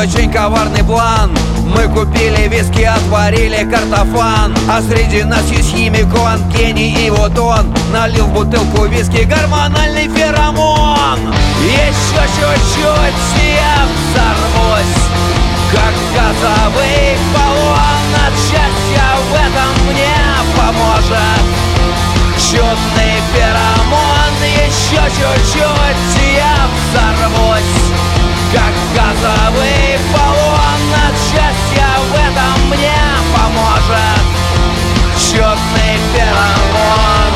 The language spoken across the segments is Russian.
очень коварный план. Мы купили виски, отварили картофан, а среди нас есть химик, он гений, и вот он налил в бутылку виски гормональный феромон. Еще чуть-чуть, и я взорвусь, как газовый баллон. От счастья в этом мне поможет чудный феромон. Еще чуть-чуть, и я взорвусь, как газовый баллон. От счастья в этом мне поможет чудный феромон.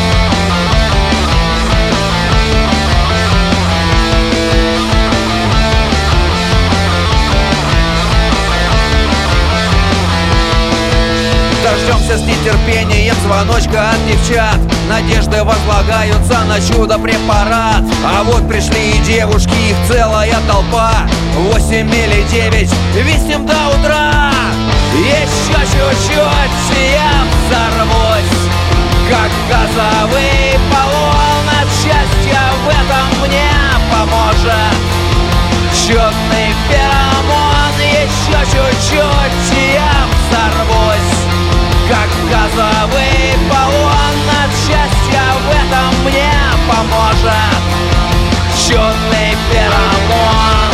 Дождемся с нетерпением звоночка от девчат. Надежды возлагаются на чудо-препарат. А вот пришли и девушки, их целая толпа. 8 или 9, виснем до утра. Еще чуть-чуть, и я взорвусь, как газовый баллон. От счастья в этом мне поможет чудный феромон. Еще чуть-чуть, и я взорвусь, как газовый баллон. От счастья в этом мне поможет чудный феромон.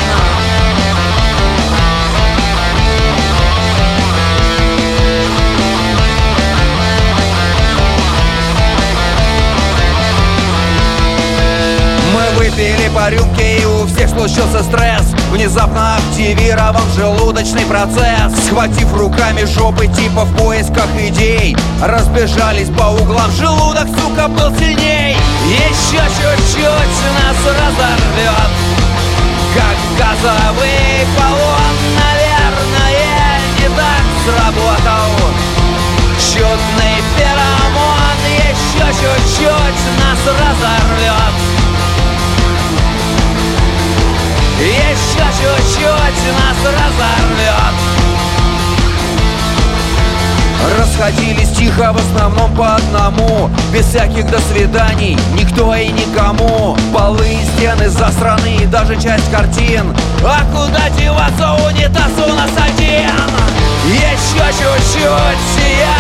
Выпили по рюмке, и у всех случился стресс. Внезапно активирован желудочный процесс. Схватив руками жопы типа в поисках идей, разбежались по углам, желудок, сука, был сильней. Еще чуть-чуть нас разорвет, как газовый баллон. Наверное, не так сработал чудный феромон. Еще чуть-чуть нас разорвет, еще чуть-чуть нас разорвет. Расходились тихо, в основном по одному, без всяких до свиданий, никто и никому. Полы и стены засраны, и даже часть картин. А куда деваться, унитаз у нас один. Еще чуть-чуть, и я